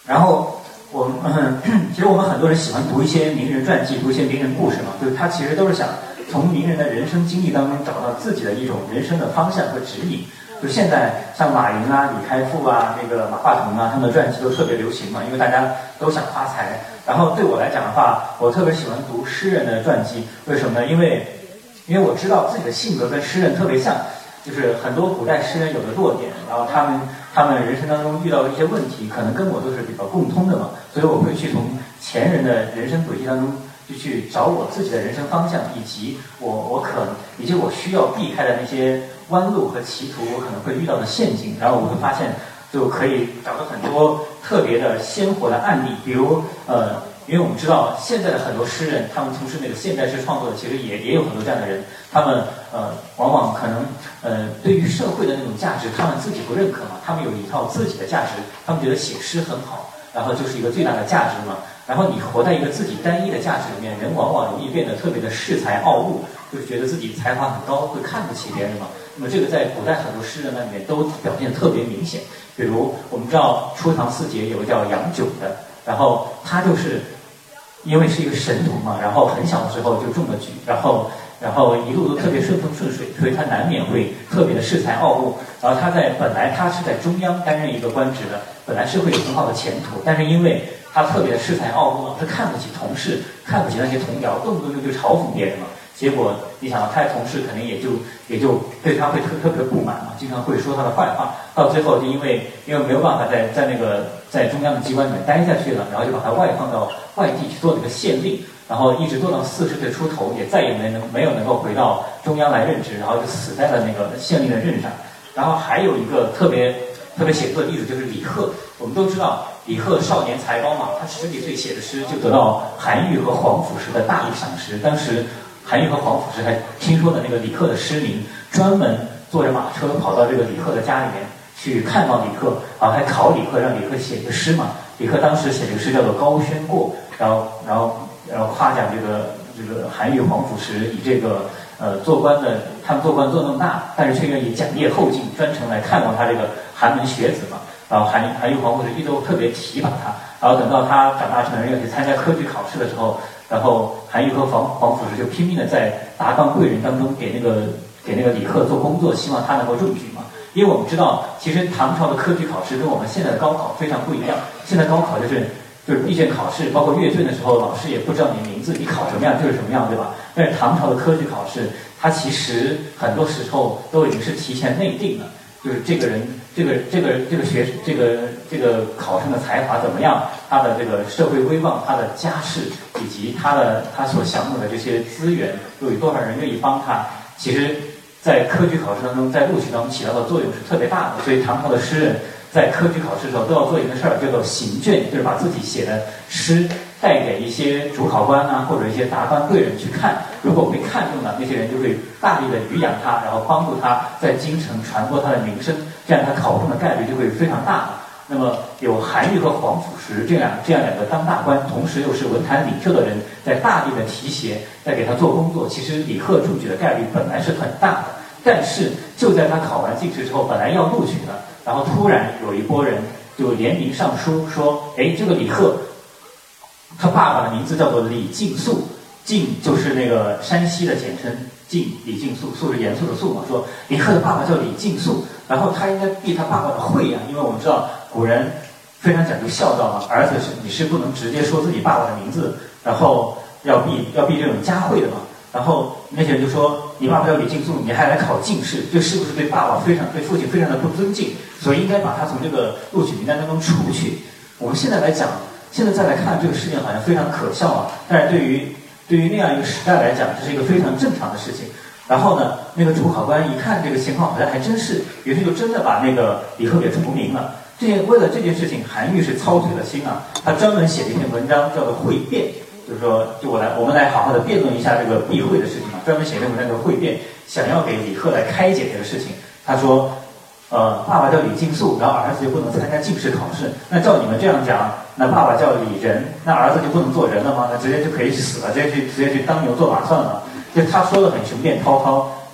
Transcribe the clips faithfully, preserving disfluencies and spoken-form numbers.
然后我们、嗯、其实我们很多人喜欢读一些名人传记，读一些名人故事嘛，就是他其实都是想从名人的人生经历当中找到自己的一种人生的方向和指引。就现在像马云啊、李开复啊、那个马化腾啊，他们的传记都特别流行嘛，因为大家都想发财。然后对我来讲的话，我特别喜欢读诗人的传记，为什么呢？因为因为我知道自己的性格跟诗人特别像，就是很多古代诗人有的弱点，然后他们他们人生当中遇到的一些问题，可能跟我都是比较共通的嘛，所以我会去从前人的人生轨迹当中就去找我自己的人生方向，以及我我可能以及我需要避开的那些弯路和歧途，我可能会遇到的陷阱，然后我会发现就可以找到很多特别的鲜活的案例，比如呃，因为我们知道现在的很多诗人，他们从事那个现代诗创作，其实也也有很多这样的人，他们呃往往可能呃对于社会的那种价值，他们自己不认可嘛，他们有一套自己的价值，他们觉得写诗很好，然后就是一个最大的价值嘛。然后你活在一个自己单一的价值里面，人往往容易变得特别的恃才傲物，就是觉得自己才华很高，会看不起别人嘛。那么这个在古代很多诗人那里面都表现得特别明显。比如我们知道初唐四杰有个叫杨炯的，然后他就是因为是一个神童嘛，然后很小的时候就中了举，然后然后一路都特别顺风顺水，所以他难免会特别的恃才傲物。然后他在本来他是在中央担任一个官职的，本来是会有很好的前途，但是因为他特别的恃才傲物嘛，他看不起同事，看不起那些同僚，动不动就就嘲讽别人嘛。结果你想，他的同事肯定也就也就对他会特特别不满嘛，经常会说他的坏话。到最后就因为因为没有办法在在那个在中央的机关里面待下去了，然后就把他外放到外地去做这个县令，然后一直做到四十岁出头，也再也没能没有能够回到中央来任职，然后就死在了那个县令的任上。然后还有一个特别特别显著的例子就是李贺，我们都知道李贺少年才高嘛，他十几岁写的诗就得到韩愈和黄甫石的大力赏识。当时韩愈和黄甫石还听说了那个李贺的诗名，专门坐着马车跑到这个李贺的家里面去看望李贺，然后还考李贺，让李贺写一个诗嘛。李贺当时写这个诗叫做《高轩过》，然后然后然后夸奖这个这个韩愈黄甫石以这个呃做官的，他们做官做那么大，但是却愿意奖业后进，专程来看望他这个寒门学子嘛。然后韩韩愈黄甫石一直都特别提拔他，然后等到他长大成人要去参加科举考试的时候，然后韩愈和黄黄甫石就拼命的在达官贵人当中给那个给那个李贺做工作，希望他能够中举嘛。因为我们知道，其实唐朝的科举考试跟我们现在的高考非常不一样。现在高考就是就是闭卷考试，包括阅卷的时候，老师也不知道你名字，你考什么样就是什么样，对吧？但是唐朝的科举考试，它其实很多时候都已经是提前内定了，就是这个人，这个这个这个学这个这个考生的才华怎么样，他的这个社会威望，他的家世，以及他的他所享有的这些资源，又有多少人愿意帮他，其实在科举考试当中，在录取当中起到的作用是特别大的。所以唐朝的诗人在科举考试的时候都要做一个事儿，叫做行卷，就是把自己写的诗带给一些主考官啊，或者一些达官贵人去看。如果被看中了，那些人就会大力的颐养他，然后帮助他在京城传播他的名声，这样他考中的概率就会非常大。那么有韩愈和黄甫石这样这样两个当大官，同时又是文坛领袖的人，在大力的提携，在给他做工作，其实李贺中举的概率本来是很大的。但是就在他考完进士之后，本来要录取了，然后突然有一拨人就联名上书说，哎，这个李贺，他爸爸的名字叫做李敬肃，敬就是那个山西的简称，敬李敬肃，肃是严肃的肃嘛，说李贺的爸爸叫李敬肃，然后他应该避他爸爸的讳啊，因为我们知道古人非常讲究孝道嘛，儿子是你是不能直接说自己爸爸的名字，然后要避要避这种家讳的嘛。然后那些人就说，你爸爸叫李敬肃，你还来考进士，这是不是对爸爸非常对父亲非常的不尊敬？所以应该把他从这个录取名单当中除去。我们现在来讲，现在再来看这个事情好像非常可笑啊，但是对于对于那样一个时代来讲，这是一个非常正常的事情。然后呢，那个主考官一看这个情况好像还真是，于是就真的把那个李贺给除名了。这件为了这件事情，韩愈是操碎了心啊，他专门写了一篇文章叫做《会辩》。就是说，就我来，我们来好好的辩论一下这个避讳的事情嘛。专门写了文章叫《会辩》，想要给李贺来开解这个事情。他说，呃，爸爸叫李敬肃，然后儿子就不能参加进士考试。那照你们这样讲，那爸爸叫李仁，那儿子就不能做人了吗？那直接就可以死了，直接去直接去当牛做马算了。就他说的很雄辩滔滔，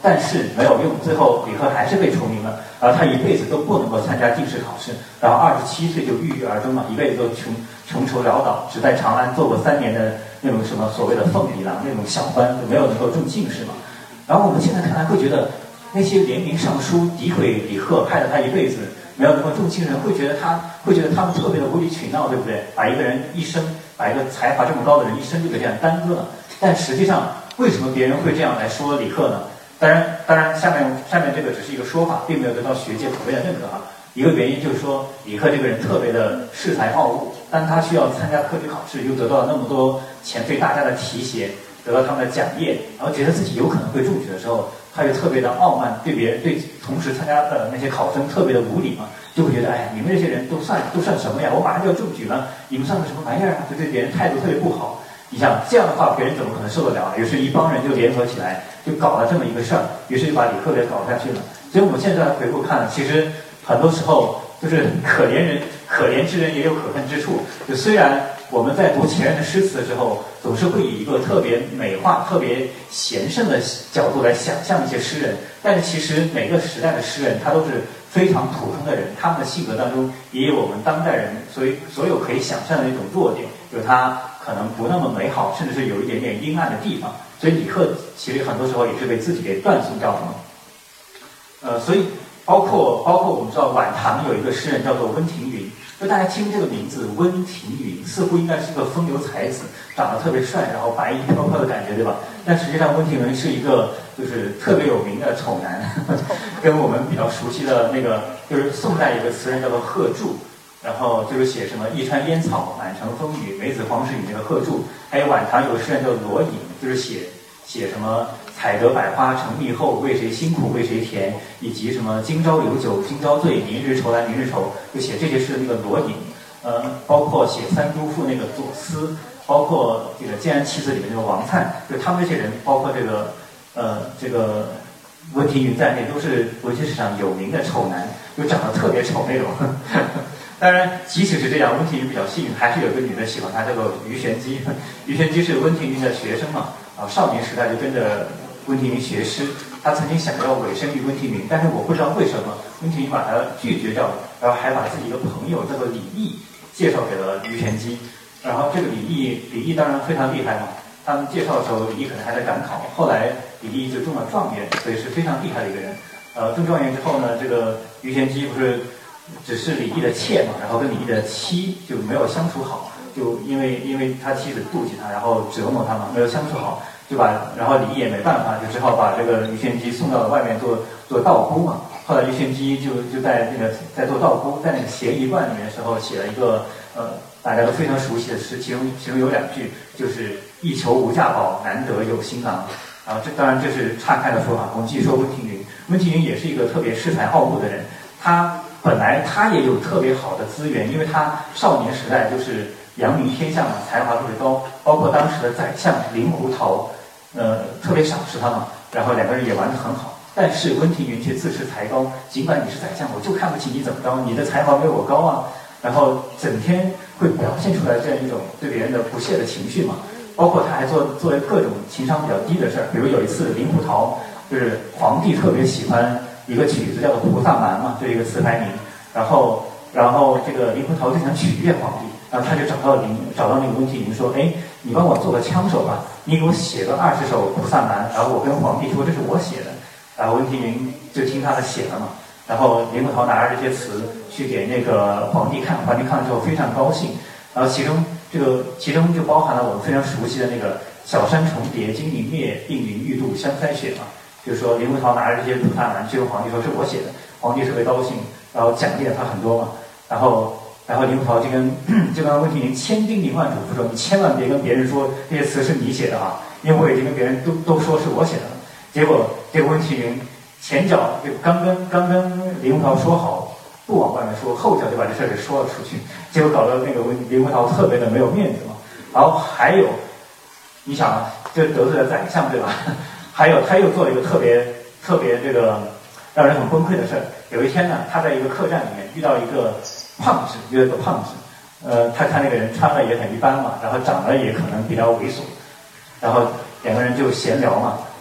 但是没有用，最后李贺还是被除名了，然后他一辈子都不能够参加进士考试，然后二十七岁就郁郁而终了，一辈子都穷穷愁潦倒，只在长安做过三年的那种什么所谓的凤里郎那种小官，就没有能够中进士嘛。然后我们现在看来会觉得，那些联名上书诋毁李贺，害了他一辈子没有能够中进士人，会觉得他会觉得他们特别的无理取闹，对不对？把一个人一生，把一个才华这么高的人一生就给这样耽搁了。但实际上，为什么别人会这样来说李贺呢？当然，当然，下面下面这个只是一个说法，并没有得到学界普遍的认可啊。一个原因就是说，李贺这个人特别的恃才傲物，当他需要参加科举考试，又得到了那么多前辈大家的提携，得到他们的奖业，然后觉得自己有可能会中举的时候，他又特别的傲慢，对别人对同时参加的那些考生特别的无礼嘛，就会觉得，哎，你们这些人都算都算什么呀？我马上就要中举了，你们算个什么玩意儿啊？就对别人态度特别不好。你想这样的话，别人怎么可能受得了？于是，一帮人就联合起来，就搞了这么一个事儿，于是就把李贺给搞下去了。所以我们现在回顾看，其实很多时候就是可怜人，可怜之人也有可恨之处。就虽然我们在读前人的诗词的时候，总是会以一个特别美化、特别贤圣的角度来想象一些诗人，但是其实每个时代的诗人，他都是非常普通的人，他们的性格当中也有我们当代人所以所有可以想象的一种弱点，就是他可能不那么美好，甚至是有一点点阴暗的地方。所以李贺其实很多时候也是被自己给断送掉了嘛。呃，所以包括包括我们知道晚唐有一个诗人叫做温庭筠，就大家听这个名字温庭筠，似乎应该是一个风流才子，长得特别帅，然后白衣飘飘的感觉，对吧？但实际上温庭筠是一个就是特别有名的丑男，跟我们比较熟悉的那个就是宋代有个词人叫做贺铸。然后就是写什么一川烟草，满城风雨，梅子黄时雨那个贺铸，还有晚唐有个诗人叫罗隐，就是写写什么采得百花成蜜后，为谁辛苦为谁甜，以及什么今朝有酒今朝醉，明日愁来明日愁，就写这些诗的那个罗隐，呃，包括写三都赋那个左思，包括这个《建安七子》里面那个王粲，就他们这些人，包括这个呃这个温庭筠在内，都是文学史上有名的丑男，就长得特别丑那种。当然，即使是这样，温庭筠比较幸运，还是有个女的喜欢他，叫做鱼玄机。鱼玄机是温庭筠的学生嘛，啊，少年时代就跟着温庭筠学诗。他曾经想要委身于温庭筠，但是我不知道为什么温庭筠把他拒绝掉了，然后还把自己一个朋友叫做李益介绍给了鱼玄机。然后这个李益，李益当然非常厉害嘛。他们介绍的时候，李益可能还在赶考，后来李益就中了状元，所以是非常厉害的一个人。呃，中状元之后呢，这个鱼玄机不是只是李益的妾嘛，然后跟李益的妻就没有相处好，就因为因为他妻子妒忌他，然后折磨他嘛，没有相处好，就把然后李益也没办法，就只好把这个鱼玄机送到了外面做做道姑嘛。后来鱼玄机就就在那个在做道姑，在那个咸宜观里面的时候写了一个呃大家都非常熟悉的诗，其中其中有两句就是一求无价宝，难得有新郎。啊，这当然这是岔开的说法。我们继续说温庭筠，温庭筠也是一个特别恃才傲物的人，他。本来他也有特别好的资源，因为他少年时代就是扬名天下嘛，才华特别高，包括当时的宰相令狐桃，呃，特别赏识他嘛，然后两个人也玩得很好。但是温庭筠却自恃才高，尽管你是宰相，我就看不起你怎么着，你的才华没有我高啊，然后整天会表现出来这样一种对别人的不屑的情绪嘛。包括他还做做各种情商比较低的事儿，比如有一次令狐桃就是皇帝特别喜欢一个曲子叫做《菩萨蛮》嘛，就一个词牌名。然后，然后这个令狐桃就想取悦皇帝，然后他就找到林，找到那个温庭筠说：“哎，你帮我做个枪手吧，你给我写个二十首《菩萨蛮》，然后我跟皇帝说这是我写的。”然后温庭筠就听他的写了嘛。然后令狐桃拿着这些词去给那个皇帝看，皇帝看了之后非常高兴。然后其中这个其中就包含了我们非常熟悉的那个“小山重叠经明灭，碧云玉度香腮雪”嘛。就是说令狐桃拿着这些菩萨蛮去跟皇帝说是我写的，皇帝特别高兴，然后奖励了他很多嘛。然后然后令狐桃就跟就跟温庭筠千叮咛万嘱咐说，你千万别跟别人说这些词是你写的啊，因为我已经跟别人都都说是我写的了。结果这个温庭筠前脚就刚跟刚跟令狐桃说好不往外面说，后脚就把这事儿给说了出去，结果搞得那个温令狐桃特别的没有面子嘛。然后还有你想啊，这得罪了宰相对吧？还有他又做了一个特别特别这个让人很崩溃的事儿。有一天呢，他在一个客栈里面遇到一个胖子，遇到一个胖子，呃，他看那个人穿的也很一般嘛，然后长得也可能比较猥琐，然后两个人就闲聊嘛，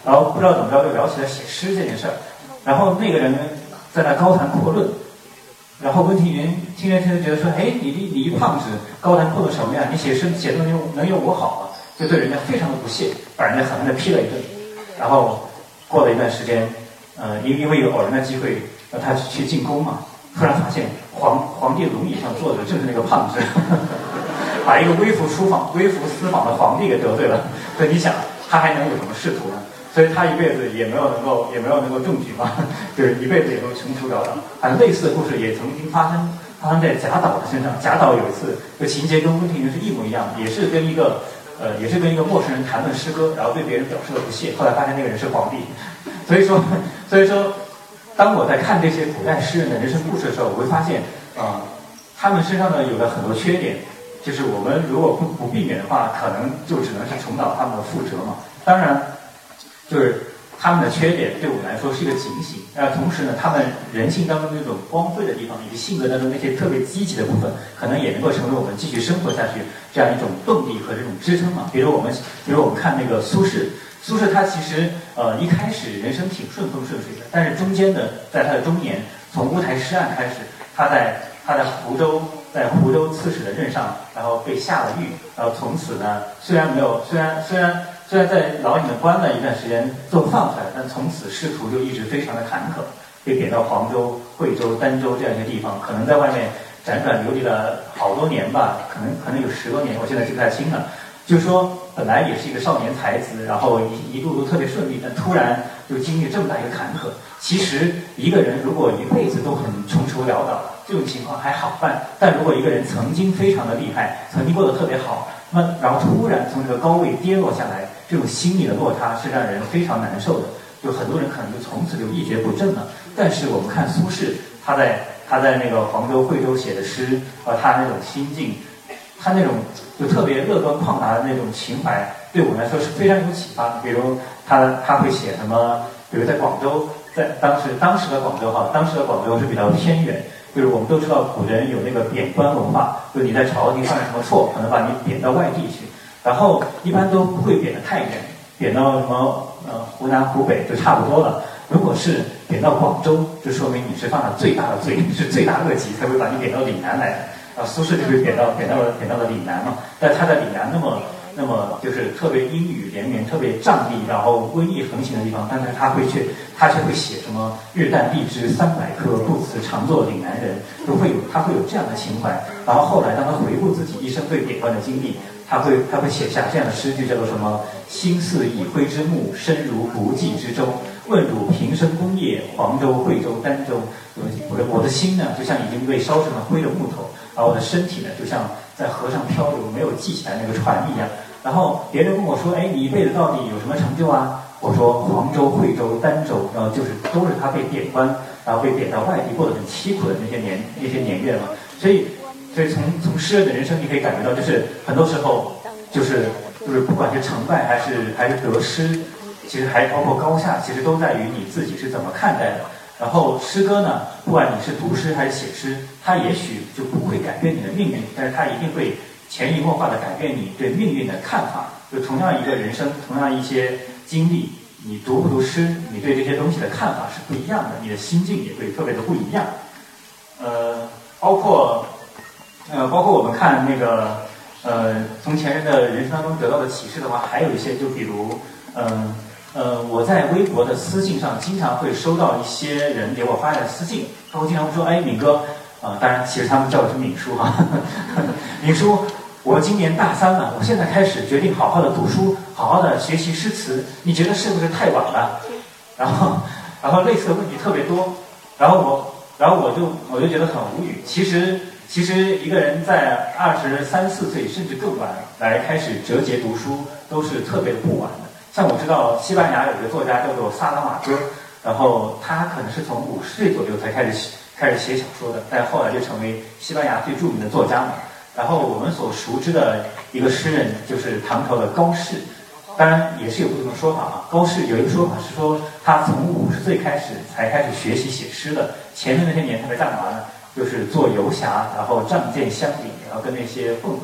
然后不知道怎么着就聊起了写诗这件事儿，然后那个人在那高谈阔论，然后温庭筠听着听着觉得说，哎，你你你一胖子高谈阔论什么呀？你写诗写的能有能有我好吗？就对人家非常的不屑，把人家狠狠的批了一顿。然后过了一段时间，呃，因因为有偶然的机会，让他去进宫嘛，突然发现皇皇帝龙椅上坐的正是那个胖子，把一个微服出访、微服私访的皇帝给得罪了。所以你想，他还能有什么仕途呢？所以他一辈子也没有能够也没有能够中举嘛，就是一辈子也都穷途潦倒。反正类似的故事也曾经发生发生在贾岛的身上。贾岛有一次，这情节跟温庭筠是一模一样的，也是跟一个呃也是跟一个陌生人谈论诗歌，然后对别人表示了不屑，后来发现那个人是皇帝。所以说所以说，当我在看这些古代诗人的人生故事的时候，我会发现啊、呃，他们身上呢有了很多缺点，就是我们如果不不避免的话，可能就只能是重蹈他们的覆辙嘛。当然。就是他们的缺点对我们来说是一个警醒，呃，同时呢，他们人性当中那种光辉的地方，以及性格当中那些特别积极的部分，可能也能够成为我们继续生活下去这样一种动力和这种支撑嘛。比如我们，比如我们看那个苏轼，苏轼他其实呃一开始人生挺顺风顺水的，但是中间的在他的中年，从乌台诗案开始，他在他在湖州在湖州刺史的任上，然后被下了狱，然后从此呢，虽然没有，虽然虽然。虽然在牢里面关了一段时间，都放出来，但从此仕途就一直非常的坎坷，被贬到黄州、惠州、儋州这样一些地方，可能在外面辗转流离了好多年吧，可能可能有十多年，我现在记不太清了。就是说，本来也是一个少年才子，然后一一路都特别顺利，但突然就经历这么大一个坎坷。其实一个人如果一辈子都很穷愁潦倒，这种情况还好办；但如果一个人曾经非常的厉害，曾经过得特别好，那么然后突然从这个高位跌落下来，这种心理的落差是让人非常难受的。就很多人可能就从此就一蹶不振了。但是我们看苏轼，他在他在那个黄州、惠州写的诗，呃，他那种心境。他那种就特别乐观旷达的那种情怀，对我们来说是非常有启发。比如他他会写什么？比如在广州，在当时当时的广州哈，当时的广州是比较偏远。就是我们都知道古人有那个贬官文化，就是你在朝廷犯了什么错，可能把你贬到外地去，然后一般都不会贬得太远，贬到什么呃湖南、湖北就差不多了。如果是贬到广州，就说明你是犯了最大的罪，是罪大恶极，才会把你贬到岭南来。啊，苏轼就是贬到贬到了贬到了岭南嘛，但他在岭南那么那么就是特别阴雨连绵、特别瘴疠，然后瘟疫横行的地方，但是他会去他却会写什么日啖荔枝三百颗，不辞常作岭南人，就会有他会有这样的情怀。然后后来当他回顾自己一生被贬官的经历，他会他会写下这样的诗句，叫做什么？心似已灰之木，身如不济之舟。问汝平生功业，黄州、惠州、儋州。我的我的心呢，就像已经被烧成了灰的木头。而我的身体呢，就像在河上漂流，没有系起来那个船一样。然后别人问我说：“哎，你一辈子到底有什么成就啊？”我说：“黄州、惠州、儋州，然后就是都是他被贬官，然后被贬到外地，过得很凄苦的那些年那些年月嘛。”所以，所以从从诗人的人生，你可以感觉到，就是很多时候，就是就是不管是成败还是还是得失，其实还包括高下，其实都在于你自己是怎么看待的。然后诗歌呢，不管你是读诗还是写诗，它也许就不会改变你的命运，但是它一定会潜移默化地改变你对命运的看法。就同样一个人生，同样一些经历，你读不读诗，你对这些东西的看法是不一样的，你的心境也会特别的不一样。呃，包括呃，包括我们看那个呃，从前人的人生当中得到的启示的话，还有一些，就比如嗯。呃呃，我在微博的私信上经常会收到一些人给我发的私信，他会经常说：“哎，敏哥，啊、呃，当然其实他们叫我是敏叔哈，敏叔，我今年大三了，我现在开始决定好好的读书，好好的学习诗词，你觉得是不是太晚了？”然后，然后类似的问题特别多，然后我，然后我就我就觉得很无语。其实，其实一个人在二十三四岁甚至更晚来开始折节读书，都是特别的不晚的。像我知道西班牙有一个作家叫做萨拉马戈，然后他可能是从五十岁左右才开始开始写小说的，但后来就成为西班牙最著名的作家嘛。然后我们所熟知的一个诗人就是唐朝的高适，当然也是有不同的说法啊。高适有一个说法是说他从五十岁开始才开始学习写诗的，前面那些年他在干嘛呢？就是做游侠，然后仗剑乡里，然后跟那些混混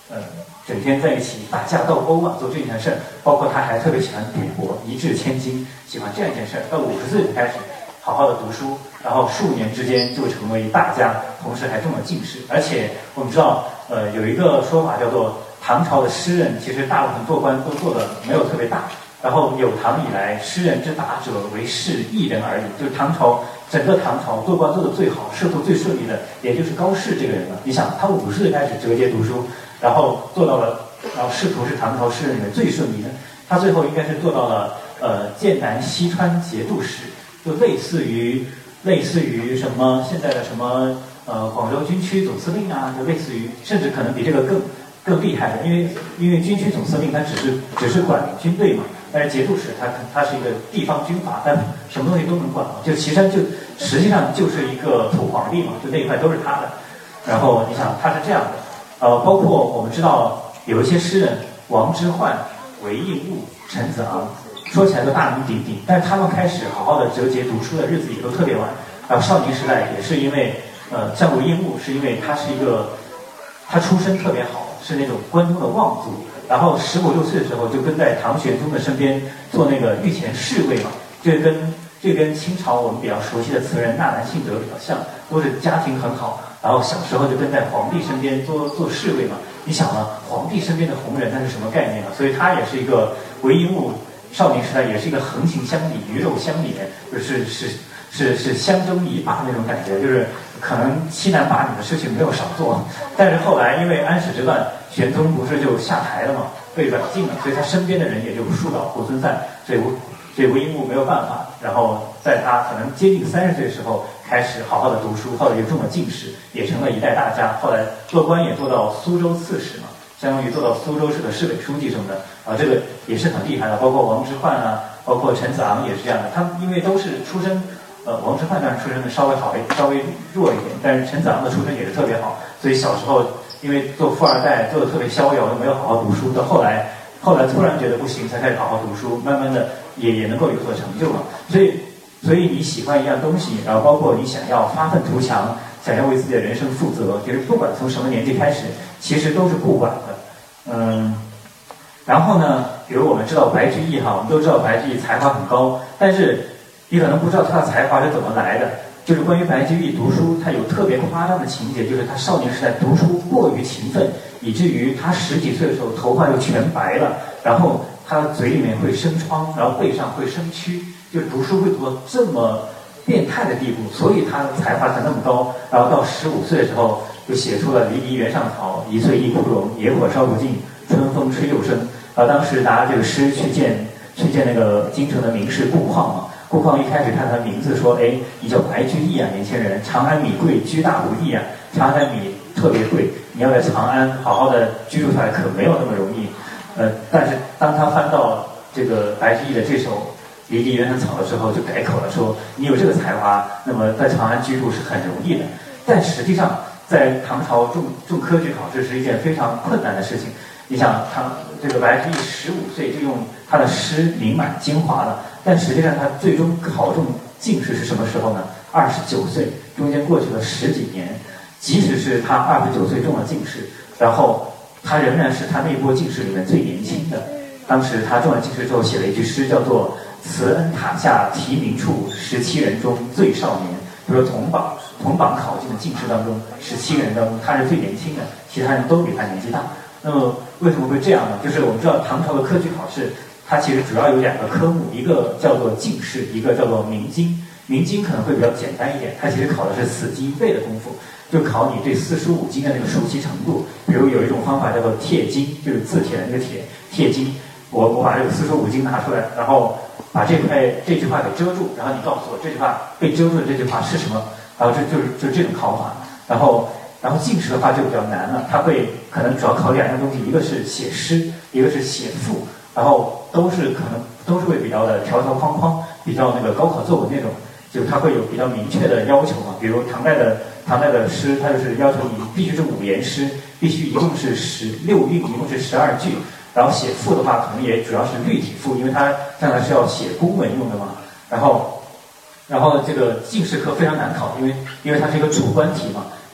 呃，整天在一起打架斗殴啊，做这件事儿。包括他还特别喜欢赌博，一掷千金，喜欢这样一件事儿。到五十岁开始好好的读书，然后数年之间就成为大家，同时还中了进士。而且我们知道，呃，有一个说法叫做唐朝的诗人其实大部分做官都做的没有特别大。然后有唐以来，诗人之达者为士一人而已。就是唐朝整个唐朝做官做的最好、仕途最顺利的，也就是高适这个人了。你想，他五十岁开始折节读书，然后做到了，然后仕途是唐朝诗人里面最顺利的。他最后应该是做到了呃剑南西川节度使，就类似于类似于什么现在的什么呃广州军区总司令啊，就类似于，甚至可能比这个更更厉害的，因为因为军区总司令他只是只是管军队嘛。但是节度使他他是一个地方军阀，但什么东西都能管嘛。就岐山就实际上就是一个土皇帝嘛，就那一块都是他的。然后你想他是这样的，呃，包括我们知道有一些诗人，王之涣、韦应物、陈子昂，说起来都大名鼎鼎，但是他们开始好好的折节读书的日子也都特别晚。然后少年时代也是因为，呃，像韦应物是因为他是一个，他出身特别好，是那种关中的望族。然后十五六岁的时候就跟在唐玄宗的身边做那个御前侍卫嘛，这跟这跟清朝我们比较熟悉的词人纳兰性德比较像，都是家庭很好，然后小时候就跟在皇帝身边做做侍卫嘛。你想啊，皇帝身边的红人那是什么概念啊？所以他也是一个韦应物，少年时代也是一个横行乡里、鱼肉乡里，就是是是是相争一霸那种感觉，就是可能欺男霸女的事情没有少做。但是后来因为安史之乱，玄宗不是就下台了嘛，被软禁了，所以他身边的人也就树倒猢狲散，所以这韦应物没有办法。然后在他可能接近三十岁的时候，开始好好的读书，后来又中了进士，也成了一代大家。后来做官也做到苏州刺史嘛，相当于做到苏州市的市委书记什么的啊，这个也是很厉害的。包括王之涣啊，包括陈子昂也是这样的，他们因为都是出身。呃，王之涣当然出身的稍微好一稍微弱一点，但是陈子昂的出身也是特别好，所以小时候因为做富二代做的特别逍遥，又没有好好读书，到后来后来突然觉得不行，才开始好好读书，慢慢的也也能够有所成就了。所以所以你喜欢一样东西，然后包括你想要发愤图强，想要为自己的人生负责，其实不管从什么年纪开始，其实都是不管的。嗯，然后呢，比如我们知道白居易哈，我们都知道白居易才华很高，但是你可能不知道他的才华是怎么来的，就是关于白居易读书，他有特别夸张的情节，就是他少年时代读书过于勤奋，以至于他十几岁的时候头发就全白了，然后他嘴里面会生疮，然后背上会生蛆，就是读书会读到这么变态的地步，所以他的才华才那么高。然后到十五岁的时候，就写出了“离离原上草，一岁一枯荣，野火烧不尽，春风吹又生”。然后当时拿这个诗去见去见那个京城的名士顾况嘛。顾况一开始看他名字说，哎，你叫白居易啊，年轻人，长安米贵，居大不易啊，长安米特别贵，你要在长安好好的居住下来，可没有那么容易。呃，但是当他翻到这个白居易的这首《离离原上草》的时候，就改口了，说你有这个才华，那么在长安居住是很容易的。但实际上，在唐朝中中科举考试是一件非常困难的事情。你想，他这个白居易十五岁就用他的诗名满京华了，但实际上他最终考中进士是什么时候呢？二十九岁，中间过去了十几年。即使是他二十九岁中了进士，然后他仍然是他那波进士里面最年轻的。当时他中了进士之后，写了一句诗，叫做“慈恩塔下提名处，十七人中最少年”。就说同榜同榜考进的进士当中，十七个人当中他是最年轻的，其他人都比他年纪大。那么为什么会这样呢？就是我们知道唐朝的科举考试，它其实主要有两个科目，一个叫做进士，一个叫做明经。明经可能会比较简单一点，它其实考的是死记硬背的功夫，就考你对四书五经的那个熟悉程度。比如有一种方法叫做帖经，就是字帖的那个帖，帖经。我我把这个四书五经拿出来，然后把这块这句话给遮住，然后你告诉我这句话被遮住的这句话是什么，然后这就是就是这种考法。然后然后进士的话就比较难了，它会可能主要考两样东西，一个是写诗，一个是写赋，然后都是可能都是会比较的条条框框，比较那个高考作文那种，就是它会有比较明确的要求嘛。比如唐代的唐代的诗，它就是要求你必须是五言诗，必须一共是十六韵，一共是十二句。然后写赋的话，可能也主要是律体赋，因为它将来是要写公文用的嘛。然后，然后这个进士科非常难考，因为因为它是一个主观题嘛。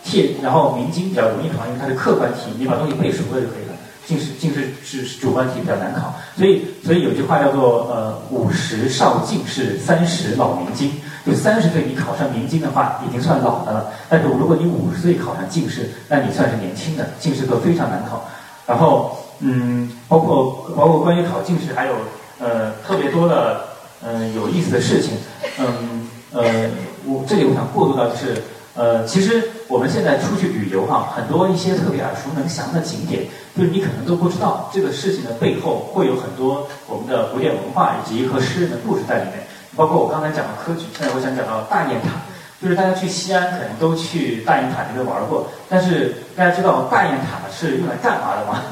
帖，然后明经比较容易考，因为它是客观题，你把东西背熟了就可以了。进士进士是主观题比较难考，所以所以有句话叫做呃五十少进士，三十老明经。就三十岁你考上明经的话，已经算老的了。但是如果你五十岁考上进士，那你算是年轻的。进士科非常难考。然后嗯，包括包括关于考进士还有呃特别多的嗯、呃、有意思的事情。嗯呃，我这里我想过渡到就是。呃，其实我们现在出去旅游哈、啊，很多一些特别耳熟能详的景点，就是你可能都不知道这个事情的背后会有很多我们的古典文化以及和诗人的故事在里面。包括我刚才讲的科举，现在我想讲到大雁塔，就是大家去西安可能都去大雁塔那边玩过，但是大家知道大雁塔是用来干嘛的吗？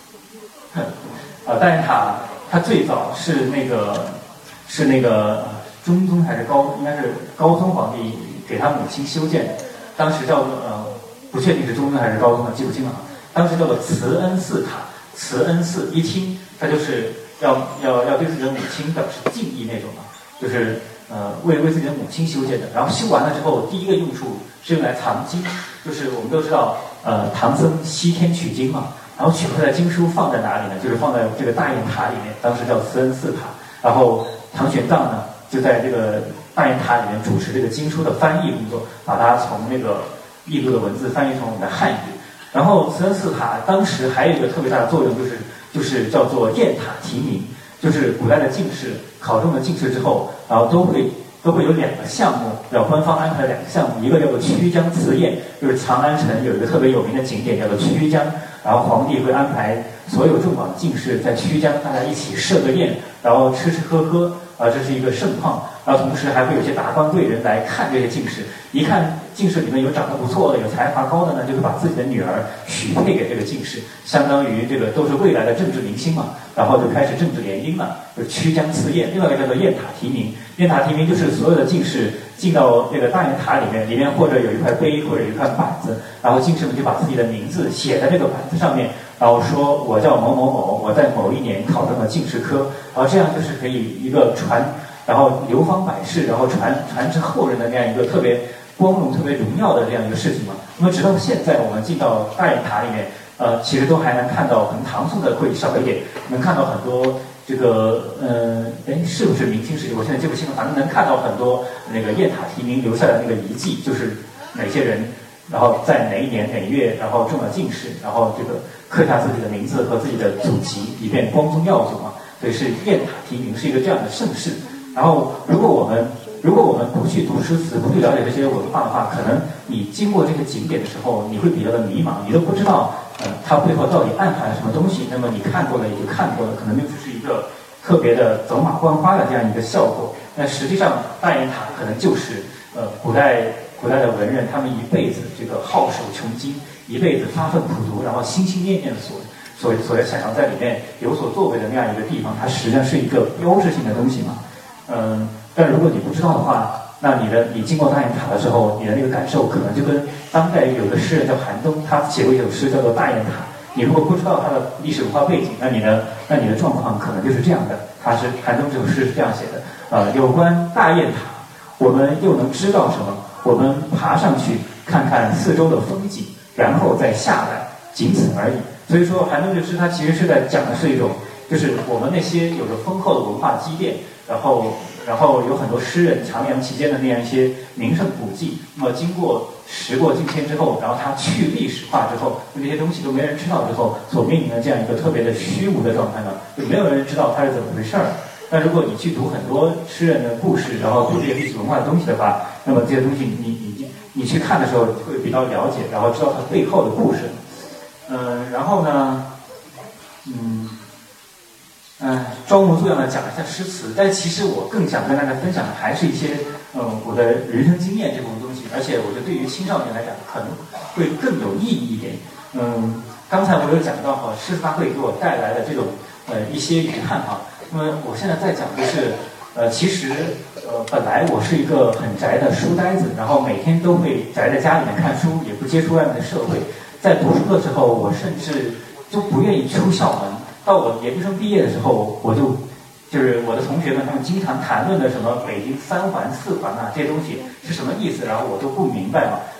啊，大雁塔它最早是那个是那个中宗还是高，应该是高宗皇帝给他母亲修建的，当时叫做呃，不确定是中宗还是高宗的，记不清了啊。当时叫做慈恩寺塔，慈恩寺一听，它就是要要要对自己的母亲表示敬意那种啊，就是呃为为自己的母亲修建的。然后修完了之后，第一个用处是用来藏经，就是我们都知道呃唐僧西天取经嘛，然后取回来经书放在哪里呢？就是放在这个大雁塔里面，当时叫慈恩寺塔。然后唐玄奘呢就在这个大雁塔里面主持这个经书的翻译工作，把它从那个异部的文字翻译成我们的汉语。然后慈恩寺塔当时还有一个特别大的作用，就是就是叫做雁塔题名，就是古代的进士考中了进士之后，然后都会都会有两个项目，要官方安排了两个项目，一个叫做曲江辞宴，就是长安城有一个特别有名的景点叫做曲江，然后皇帝会安排所有中榜进士在曲江大家一起设个宴，然后吃吃喝喝。啊，这是一个盛况，然后同时还会有些达官贵人来看这些进士，一看进士里面有长得不错的、有才华高的呢，就会把自己的女儿许配给这个进士，相当于这个都是未来的政治明星嘛，然后就开始政治联姻了，就是曲江辞宴。另外一个叫做雁塔题名，雁塔题名就是所有的进士进到这个大雁塔里面，里面或者有一块碑或者有一块板子，然后进士们就把自己的名字写在这个板子上面。然后说我叫某某某，我在某一年考上了进士科，然后这样就是可以一个传，然后流芳百世，然后传传之后人的那样一个特别光荣、特别荣耀的这样一个事情嘛。那么直到现在，我们进到大雁塔里面，呃，其实都还能看到，可能唐宋的会少一点，能看到很多这个，呃，哎，是不是明清时期？我现在记不清了，反正能看到很多那个雁塔题名留下的那个遗迹，就是哪些人。然后在哪一年哪月，然后中了进士，然后这个刻下自己的名字和自己的祖籍，以便光宗耀祖嘛。所以是雁塔题名，是一个这样的盛世。然后，如果我们如果我们不去读诗词，不去了解这些文化的话，可能你经过这个景点的时候，你会比较的迷茫，你都不知道，呃，它背后到底暗含了什么东西。那么你看过了也就看过了，可能就只是一个特别的走马观花的这样一个效果。那实际上，大雁塔可能就是呃古代。古代的文人，他们一辈子这个好守穷经，一辈子发奋苦读，然后心心念念所所所想要在里面有所作为的那样一个地方，它实际上是一个标志性的东西嘛。嗯，但如果你不知道的话，那你的你经过大雁塔的时候，你的那个感受可能就跟当代有个诗人叫韩东，他写过一首诗叫做《大雁塔》。你如果不知道他的历史文化背景，那你的那你的状况可能就是这样的。他是韩东这首诗是这样写的：呃，有关大雁塔，我们又能知道什么？我们爬上去看看四周的风景，然后再下来，仅此而已。所以说，韩东这诗他其实是在讲的是一种，就是我们那些有着丰厚的文化积淀，然后然后有很多诗人徜徉其间的那样一些名胜古迹。那么经过时过境迁之后，然后他去历史化之后，就这些东西都没人知道之后，所面临的这样一个特别的虚无的状态呢，就没有人知道它是怎么回事儿。但如果你去读很多诗人的故事，然后读这些历史文化的东西的话，那么这些东西你你你去看的时候会比较了解，然后知道它背后的故事。嗯、呃，然后呢，嗯，嗯、呃，装模作样的讲一下诗词，但其实我更想跟大家分享的还是一些嗯、呃、我的人生经验这种东西，而且我觉得对于青少年来讲可能会更有意义一点。嗯，刚才我有讲到哈，诗词大会给我带来的这种呃一些遗憾哈。那么我现在在讲的是，呃，其实，呃，本来我是一个很宅的书呆子，然后每天都会宅在家里面看书，也不接触外面的社会。在读书的时候，我甚至就不愿意出校门。到我研究生毕业的时候，我就就是我的同学们他们经常谈论的什么北京三环、四环啊这些东西是什么意思，然后我都不明白嘛。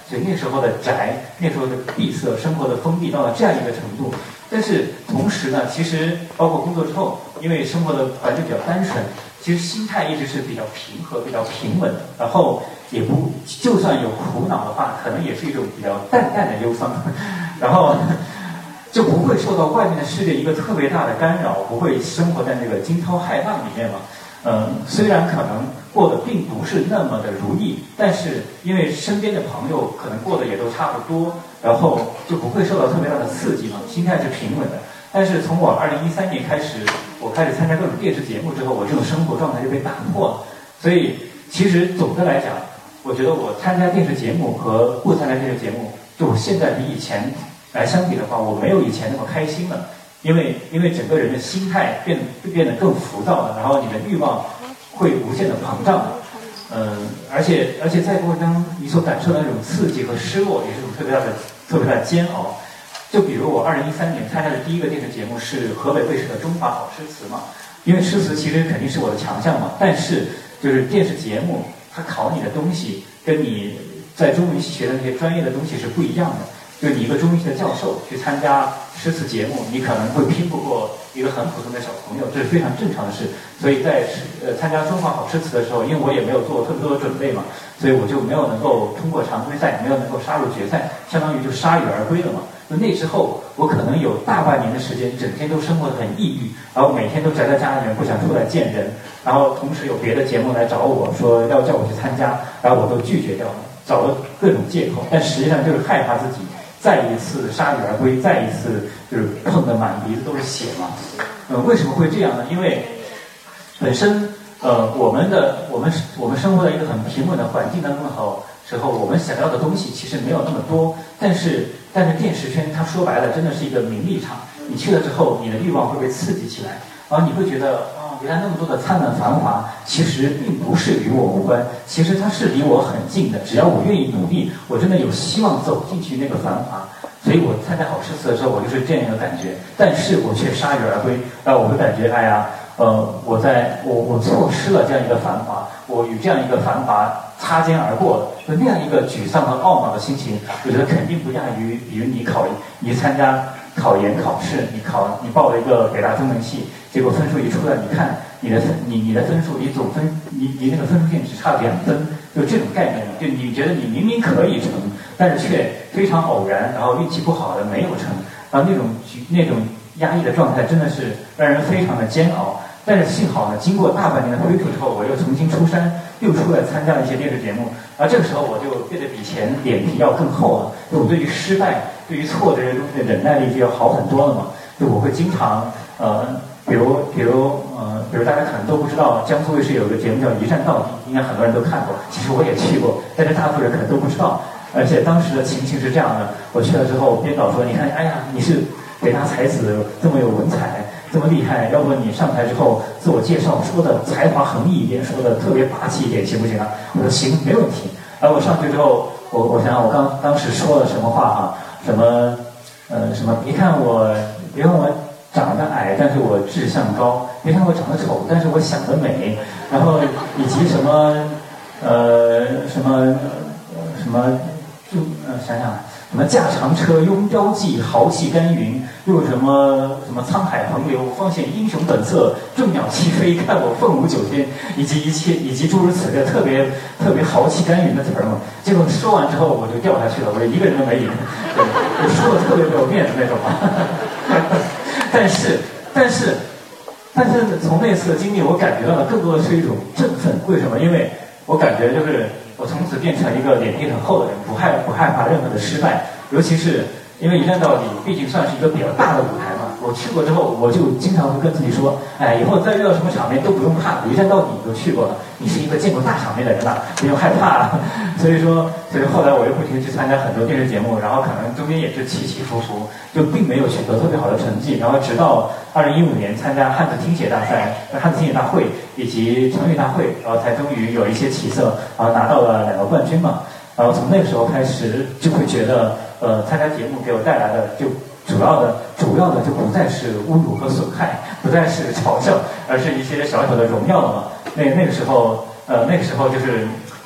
所以那时候的宅，那时候的闭塞，生活的封闭到了这样一个程度。但是同时呢，其实包括工作之后，因为生活的环境比较单纯，其实心态一直是比较平和、比较平稳的。然后也不，就算有苦恼的话，可能也是一种比较淡淡的忧伤。然后就不会受到外面的世界一个特别大的干扰，不会生活在那个惊涛骇浪里面嘛。嗯，虽然可能过得并不是那么的如意，但是因为身边的朋友可能过得也都差不多，然后就不会受到特别大的刺激嘛，心态是平稳的。但是从我二零一三年开始，我开始参加各种电视节目之后，我这种生活状态就被打破了。所以其实总的来讲，我觉得我参加电视节目和不参加电视节目，就我现在比以前来相比的话，我没有以前那么开心了。因为因为整个人的心态变变得更浮躁了，然后你的欲望会无限的膨胀了，嗯，而且而且在过程中你所感受到那种刺激和失落，也是一种特别大的特别大的煎熬。就比如我二零一三年参加的第一个电视节目是河北卫视的《中华好诗词》嘛，因为诗词其实肯定是我的强项嘛，但是就是电视节目它考你的东西跟你在中文系学的那些专业的东西是不一样的。就你一个中文系的教授去参加诗词节目，你可能会拼不过一个很普通的小朋友，这是非常正常的事。所以在呃参加中华好诗词的时候，因为我也没有做特别多的准备嘛，所以我就没有能够通过常规赛，没有能够杀入决赛，相当于就铩羽而归了嘛。那那之后，我可能有大半年的时间，整天都生活得很抑郁，然后每天都宅在家里面，不想出来见人。然后同时有别的节目来找我说要叫我去参加，然后我都拒绝掉了，找了各种借口，但实际上就是害怕自己再一次铩羽而归，再一次就是碰得满鼻子都是血嘛。呃，为什么会这样呢？因为本身呃我们的我们我们生活在一个很平稳的环境当中的时候，我们想要的东西其实没有那么多。但是但是电视圈它说白了真的是一个名利场，你去了之后，你的欲望会被刺激起来，然后你会觉得哦，原来那么多的灿烂繁华，其实并不是与我无关，其实它是离我很近的。只要我愿意努力，我真的有希望走进去那个繁华。所以我参加好诗词的时候，我就是这样一个感觉，但是我却铩羽而归，然后我会感觉，哎呀，呃，我在我我错失了这样一个繁华，我与这样一个繁华擦肩而过了，就那样一个沮丧和懊恼的心情，我觉得肯定不亚于，比如你考你参加考研考试，你考你报了一个北大中文系，结果分数一出来，你看你的你你的分数，你总分你你那个分数线只差两分，就这种概念，就你觉得你明明可以成，但是却非常偶然，然后运气不好的没有成，然后那种那种压抑的状态真的是让人非常的煎熬。但是幸好呢，经过大半年的恢复之后，我又重新出山，又出来参加了一些电视节目，而这个时候我就变得比以前脸皮要更厚了，就我对于失败、对于错这些东西的忍耐力就要好很多了嘛。就我会经常呃，比如比如呃，比如大家可能都不知道，江苏卫视有一个节目叫《一站到底》，应该很多人都看过，其实我也去过，但是大部分人可能都不知道。而且当时的情形是这样的，我去了之后，编导说：“你看，哎呀，你是北大才子，这么有文采，这么厉害，要不你上台之后自我介绍说的才华横溢一点，说的特别霸气一点，行不行啊？”我说：“行，没问题。”然后我上去之后，我我想想我刚当时说了什么话哈，什么呃什么，别看我别看我长得矮，但是我志向高；别看我长得丑，但是我想得美。然后以及什么呃什么什么。就呃想想什么驾长车拥标骑，豪气干云，又什么什么沧海横流，方显英雄本色，众鸟齐飞，看我凤舞九天，以及一切以及诸如此类特别特别豪气干云的词儿嘛。结果说完之后我就掉下去了，我一个人都没赢，对，我说的特别没有面子那种嘛。但是但是但是从那次的经历，我感觉到的更多的是一种振奋。为什么？因为我感觉就是我从此变成一个脸皮很厚的人，不害不害怕任何的失败，尤其是因为一站到底毕竟算是一个比较大的舞台嘛。我去过之后，我就经常会跟自己说，哎，以后再遇到什么场面都不用怕，我一站到底都去过了，你是一个见过大场面的人了，不用害怕。所以说，所以后来我又不停地去参加很多电视节目，然后可能中间也是起起伏伏，就并没有取得特别好的成绩。然后直到二零一五年参加汉字听写大赛、汉字听写大会以及成语大会，然后才终于有一些起色，然后拿到了两个冠军嘛。然后从那个时候开始，就会觉得，呃，参加节目给我带来的就主要的主要的就不再是侮辱和损害，不再是嘲笑，而是一些小小的荣耀了嘛。那那个时候，呃，那个时候就是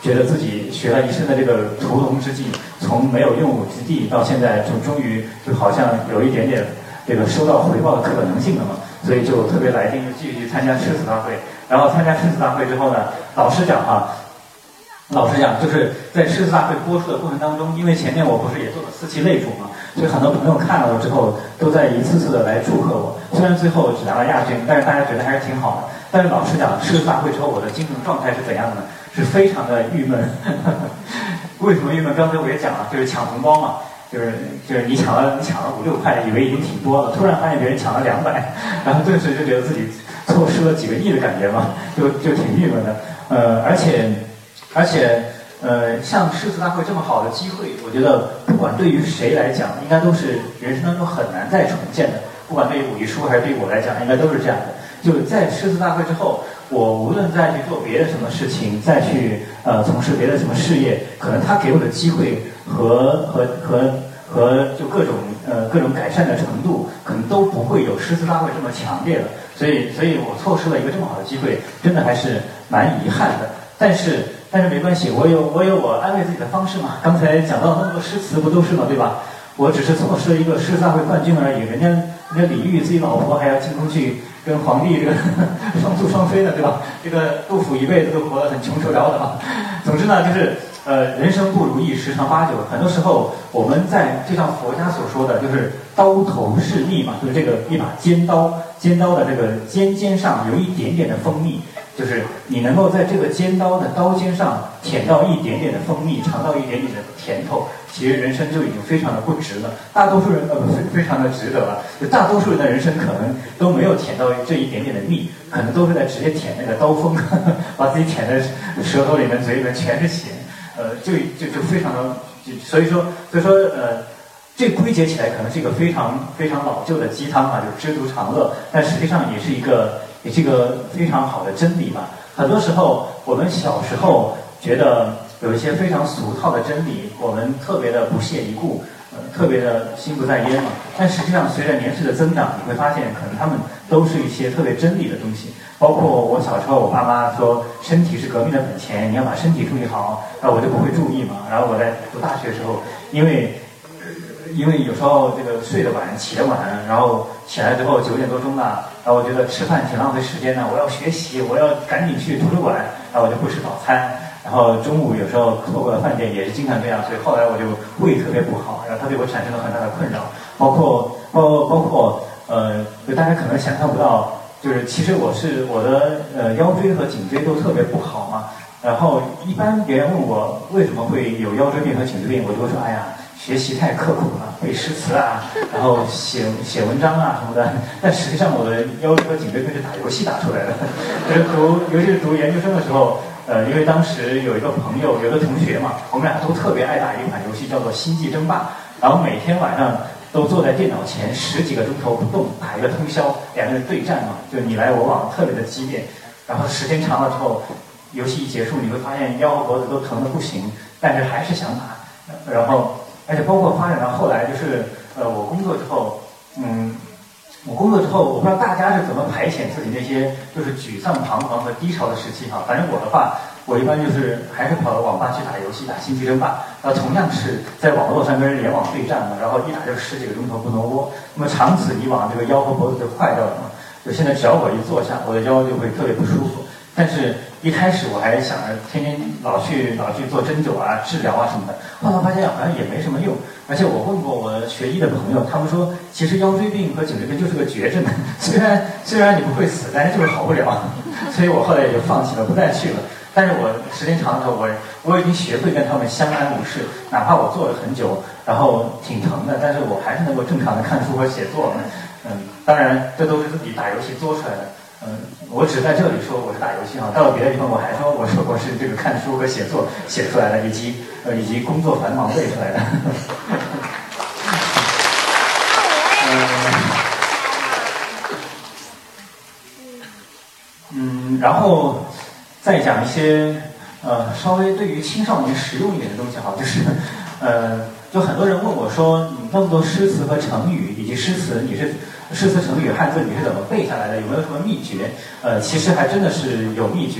觉得自己学了一身的这个屠龙之技，从没有用武之地到现在，就终于就好像有一点点这个收到回报的可能性了嘛，所以就特别来劲，就继续参加诗词大会。然后参加诗词大会之后呢，老实讲哈、啊。老实讲，就是在诗词大会播出的过程当中，因为前面我不是也做了四期擂主嘛，所以很多朋友看了之后，都在一次次的来祝贺我。虽然最后只拿了亚军，但是大家觉得还是挺好的。但是老实讲，诗词大会之后，我的精神状态是怎样的呢？是非常的郁闷。为什么郁闷？刚才我也讲了，就是抢红包嘛，就是就是你抢了你抢了五六块，以为已经挺多了，突然发现别人抢了两百，然后顿时就觉得自己错失了几个亿的感觉嘛，就就挺郁闷的。呃，而且。而且，呃，像诗词大会这么好的机会，我觉得不管对于谁来讲，应该都是人生当中很难再重现的。不管对于武一书还是对于我来讲，应该都是这样的。就在诗词大会之后，我无论再去做别的什么事情，再去呃从事别的什么事业，可能他给我的机会和和和和就各种呃各种改善的程度，可能都不会有诗词大会这么强烈了。所以，所以我错失了一个这么好的机会，真的还是蛮遗憾的。但是。但是没关系，我有我有我安慰自己的方式嘛。刚才讲到那么多诗词，不都是嘛，对吧？我只是错失了一个诗词大会冠军而已，人家人家李煜自己老婆还要进宫去跟皇帝这个双宿双飞呢，对吧？这个杜甫一辈子都活得很穷愁潦倒。总之呢，就是呃，人生不如意十常八九，很多时候我们在就像佛家所说的，就是刀头是蜜嘛，就是这个一把尖刀，尖刀的这个尖尖上有一点点的蜂蜜。就是你能够在这个尖刀的刀尖上舔到一点点的蜂蜜，尝到一点点的甜头，其实人生就已经非常的不值了。大多数人呃不非非常的值得了，就大多数人的人生可能都没有舔到这一点点的蜜，可能都是在直接舔那个刀锋，呵呵把自己舔在舌头里面、嘴里面全是血，呃，就就就非常的，就所以说所以说呃。这归结起来可能是一个非常非常老旧的鸡汤啊，就是知足常乐，但实际上也是一个也是一个非常好的真理吧。很多时候我们小时候觉得有一些非常俗套的真理，我们特别的不屑一顾，呃，特别的心不在焉嘛。但实际上随着年岁的增长，你会发现可能他们都是一些特别真理的东西。包括我小时候，我爸妈说身体是革命的本钱，你要把身体注意好，那我就不会注意嘛。然后我在读大学的时候，因为因为有时候这个睡得晚，起得晚，然后起来之后九点多钟了，然后我觉得吃饭挺浪费时间的，我要学习，我要赶紧去图书馆，然后我就不吃早餐，然后中午有时候错过了饭点，也是经常这样，所以后来我就胃特别不好，然后它对我产生了很大的困扰，包括包包括呃，就大家可能想象不到，就是其实我是我的呃腰椎和颈椎都特别不好嘛，然后一般别人问我为什么会有腰椎病和颈椎病，我就会说，哎呀。学习太刻苦了，背诗词啊，然后写写文章啊什么的。但实际上我的腰椎和颈椎病是打游戏打出来的。就是读，尤其是读研究生的时候，呃，因为当时有一个朋友，有个同学嘛，我们俩都特别爱打一款游戏，叫做《星际争霸》。然后每天晚上都坐在电脑前十几个钟头不动，打一个通宵，两个人对战嘛，就你来我往，特别的激烈。然后时间长了之后，游戏一结束，你会发现腰和脖子都疼得不行，但是还是想打。然后。而且包括发展到后来，就是呃，我工作之后，嗯，我工作之后，我不知道大家是怎么排遣自己那些就是沮丧、彷徨和低潮的时期哈。反正我的话，我一般就是还是跑到网吧去打游戏，打星际争霸。呃，同样是在网络上跟人联网对战嘛，然后一打就十几个钟头不能窝。那么长此以往，这个腰和脖子就坏掉了嘛。就现在只要我一坐下，我的腰就会特别不舒服。但是一开始我还想着天天老去老去做针灸啊、治疗啊什么的，后来发现好像也没什么用。而且我问过我学医的朋友，他们说其实腰椎病和颈椎病就是个绝症，虽然虽然你不会死，但是就是好不了。所以我后来也就放弃了，不再去了。但是我时间长了之后，我我已经学会跟他们相安无事，哪怕我坐了很久，然后挺疼的，但是我还是能够正常的看书和写作。嗯，当然这都是自己打游戏做出来的。嗯，我只在这里说我是打游戏啊，到了别的地方我还说我说我是这个看书和写作写出来的，以及呃以及工作繁忙背出来的。嗯，然后再讲一些呃稍微对于青少年实用一点的东西哈，就是呃就很多人问我说，你那么多诗词和成语以及诗词，你是诗词成语汉字你是怎么背下来的？有没有什么秘诀？呃，其实还真的是有秘诀。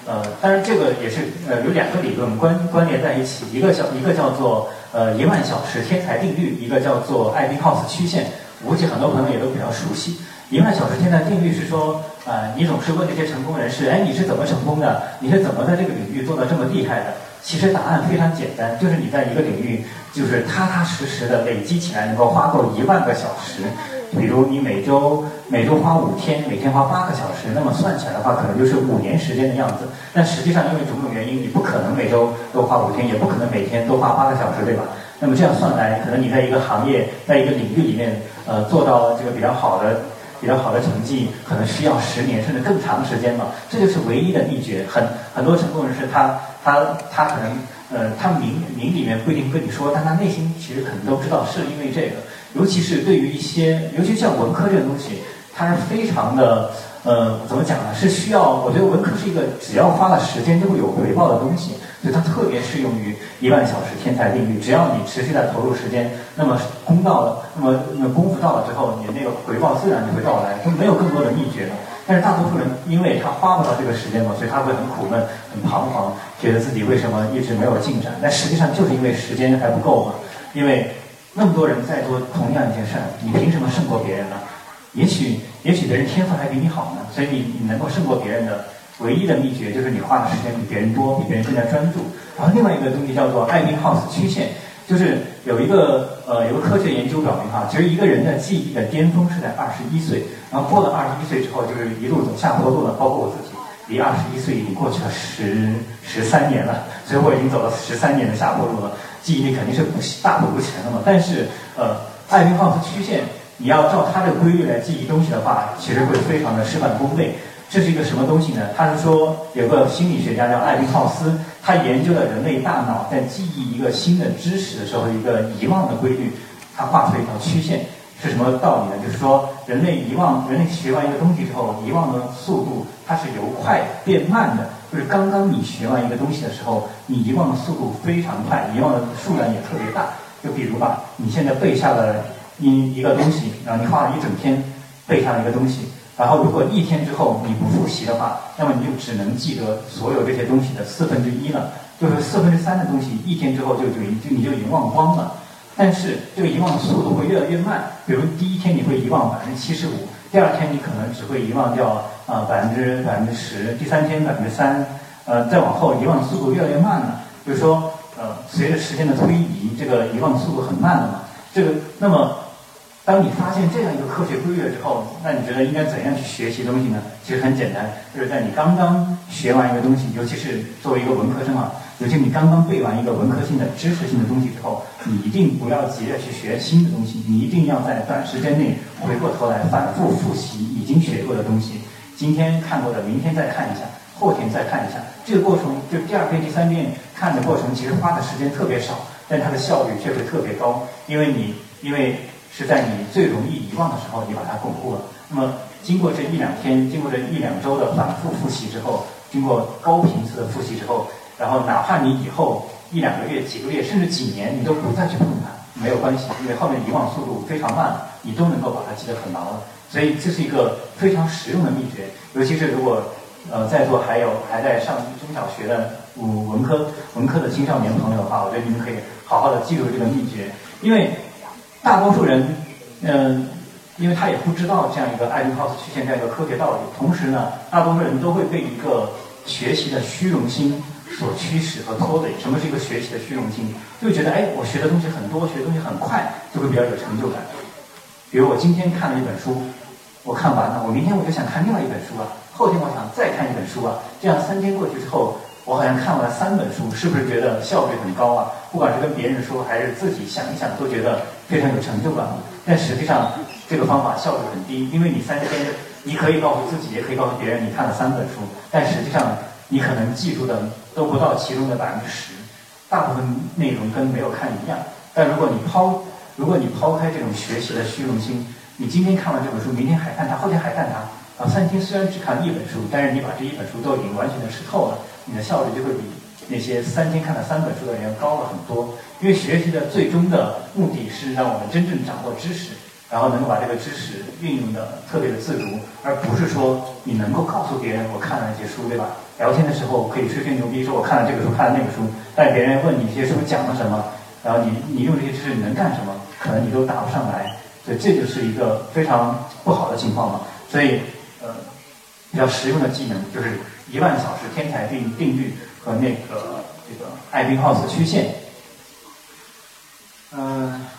呃，当然这个也是呃有两个理论关关联在一起，一个叫一个叫做呃一万小时天才定律，一个叫做艾宾浩斯曲线。我估计很多朋友也都比较熟悉。一万小时天才定律是说，呃，你总是问这些成功人士，哎，你是怎么成功的？你是怎么在这个领域做得这么厉害的？其实答案非常简单，就是你在一个领域，就是踏踏实实的累积起来，能够花够一万个小时。比如你每周每周花五天，每天花八个小时，那么算起来的话，可能就是五年时间的样子。但实际上，因为种种原因，你不可能每周都花五天，也不可能每天都花八个小时，对吧？那么这样算来，可能你在一个行业，在一个领域里面，呃，做到这个比较好的。比较好的成绩可能需要十年甚至更长时间嘛，这就是唯一的秘诀。很很多成功人士他他他可能呃他明明里面不一定跟你说，但他内心其实可能都知道是因为这个。尤其是对于一些，尤其像文科这个东西，它是非常的呃怎么讲呢？是需要，我觉得文科是一个只要花了时间就会有回报的东西，所以它特别适用于一万小时天才定律。只要你持续的投入时间，那么功到了，那么那么功夫到了之后，你那个回报自然就会到来，就没有更多的秘诀了。但是大多数人因为他花不到这个时间嘛，所以他会很苦闷、很彷徨，觉得自己为什么一直没有进展。但实际上就是因为时间还不够嘛，因为那么多人在做同样一件事儿，你凭什么胜过别人呢？也许也许别人天赋还比你好呢，所以你你能够胜过别人的唯一的秘诀就是你花的时间比别人多，比别人更加专注。然后另外一个东西叫做艾宾浩斯曲线，就是有一个呃有个科学研究表明哈，其实一个人的记忆的巅峰是在二十一岁，然后过了二十一岁之后，就是一路走下坡路了。包括我自己，离二十一岁已经过去了十十三年了，所以我已经走了十三年的下坡路了，记忆力肯定是不大不如前了嘛。但是呃，艾宾浩斯曲线，你要照它的规律来记忆东西的话，其实会非常的事半功倍。这是一个什么东西呢？他是说有个心理学家叫艾宾浩斯，他研究了人类大脑在记忆一个新的知识的时候一个遗忘的规律，他画出一条曲线。是什么道理呢？就是说人类遗忘，人类学完一个东西之后，遗忘的速度它是由快变慢的。就是刚刚你学完一个东西的时候，你遗忘的速度非常快，遗忘的数量也特别大。就比如吧，你现在背下了一一个东西，然后你花了一整天背下了一个东西。然后，如果一天之后你不复习的话，那么你就只能记得所有这些东西的四分之一了，就是四分之三的东西，一天之后就就就你就已经忘光了。但是这个遗忘的速度会越来越慢，比如第一天你会遗忘百分之七十五，第二天你可能只会遗忘掉啊百分之百分之十，第三天百分之三，呃，再往后遗忘的速度越来越慢了。就是说，呃，随着时间的推移，这个遗忘的速度很慢了嘛。这个，那么。当你发现这样一个科学规律之后，那你觉得应该怎样去学习东西呢？其实很简单，就是在你刚刚学完一个东西，尤其是作为一个文科生啊，尤其你刚刚背完一个文科性的知识性的东西之后，你一定不要急着去学新的东西，你一定要在短时间内回过头来反复复习已经学过的东西。今天看过的，明天再看一下，后天再看一下。这个过程就第二遍、第三遍看的过程，其实花的时间特别少，但它的效率却会特别高，因为你因为。是在你最容易遗忘的时候，你把它巩固了。那么，经过这一两天，经过这一两周的反复复习之后，经过高频次的复习之后，然后哪怕你以后一两个月、几个月，甚至几年，你都不再去碰它，没有关系，因为后面遗忘速度非常慢，你都能够把它记得很牢了。所以这是一个非常实用的秘诀，尤其是如果呃在座还有还在上中小学的文文科文科的青少年朋友的话，我觉得你们可以好好的记住这个秘诀，因为。大多数人，嗯、呃，因为他也不知道这样一个艾宾浩斯曲线这样一个科学道理，同时呢，大多数人都会被一个学习的虚荣心所驱使和拖累。什么是一个学习的虚荣心？就觉得，哎，我学的东西很多，学的东西很快，就会比较有成就感。比如我今天看了一本书，我看完了，我明天我就想看另外一本书啊，后天我想再看一本书啊，这样三天过去之后。我好像看完了三本书，是不是觉得效率很高啊？不管是跟别人说，还是自己想一想，都觉得非常有成就感。但实际上，这个方法效率很低，因为你三天，你可以告诉自己，也可以告诉别人，你看了三本书，但实际上你可能记住的都不到其中的百分之十，大部分内容跟没有看一样。但如果你抛，如果你抛开这种学习的虚荣心，你今天看完这本书，明天还看它，后天还看它，啊，三天虽然只看一本书，但是你把这一本书都已经完全的吃透了。你的效率就会比那些三天看了三本书的人要高了很多，因为学习的最终的目的是让我们真正掌握知识， 然后能够把这个知识运用的特别的自如，而不是说你能够告诉别人我看了那些书，对吧？聊天的时候可以吹吹牛逼，说我看了这个书，看了那个书，但别人问你这些书讲了什么，然后你你用这些知识你能干什么，可能你都答不上来，所以这就是一个非常不好的情况嘛。所以呃，比较实用的技能就是一万小时天才定定律和那个这个艾宾浩斯曲线，嗯、呃。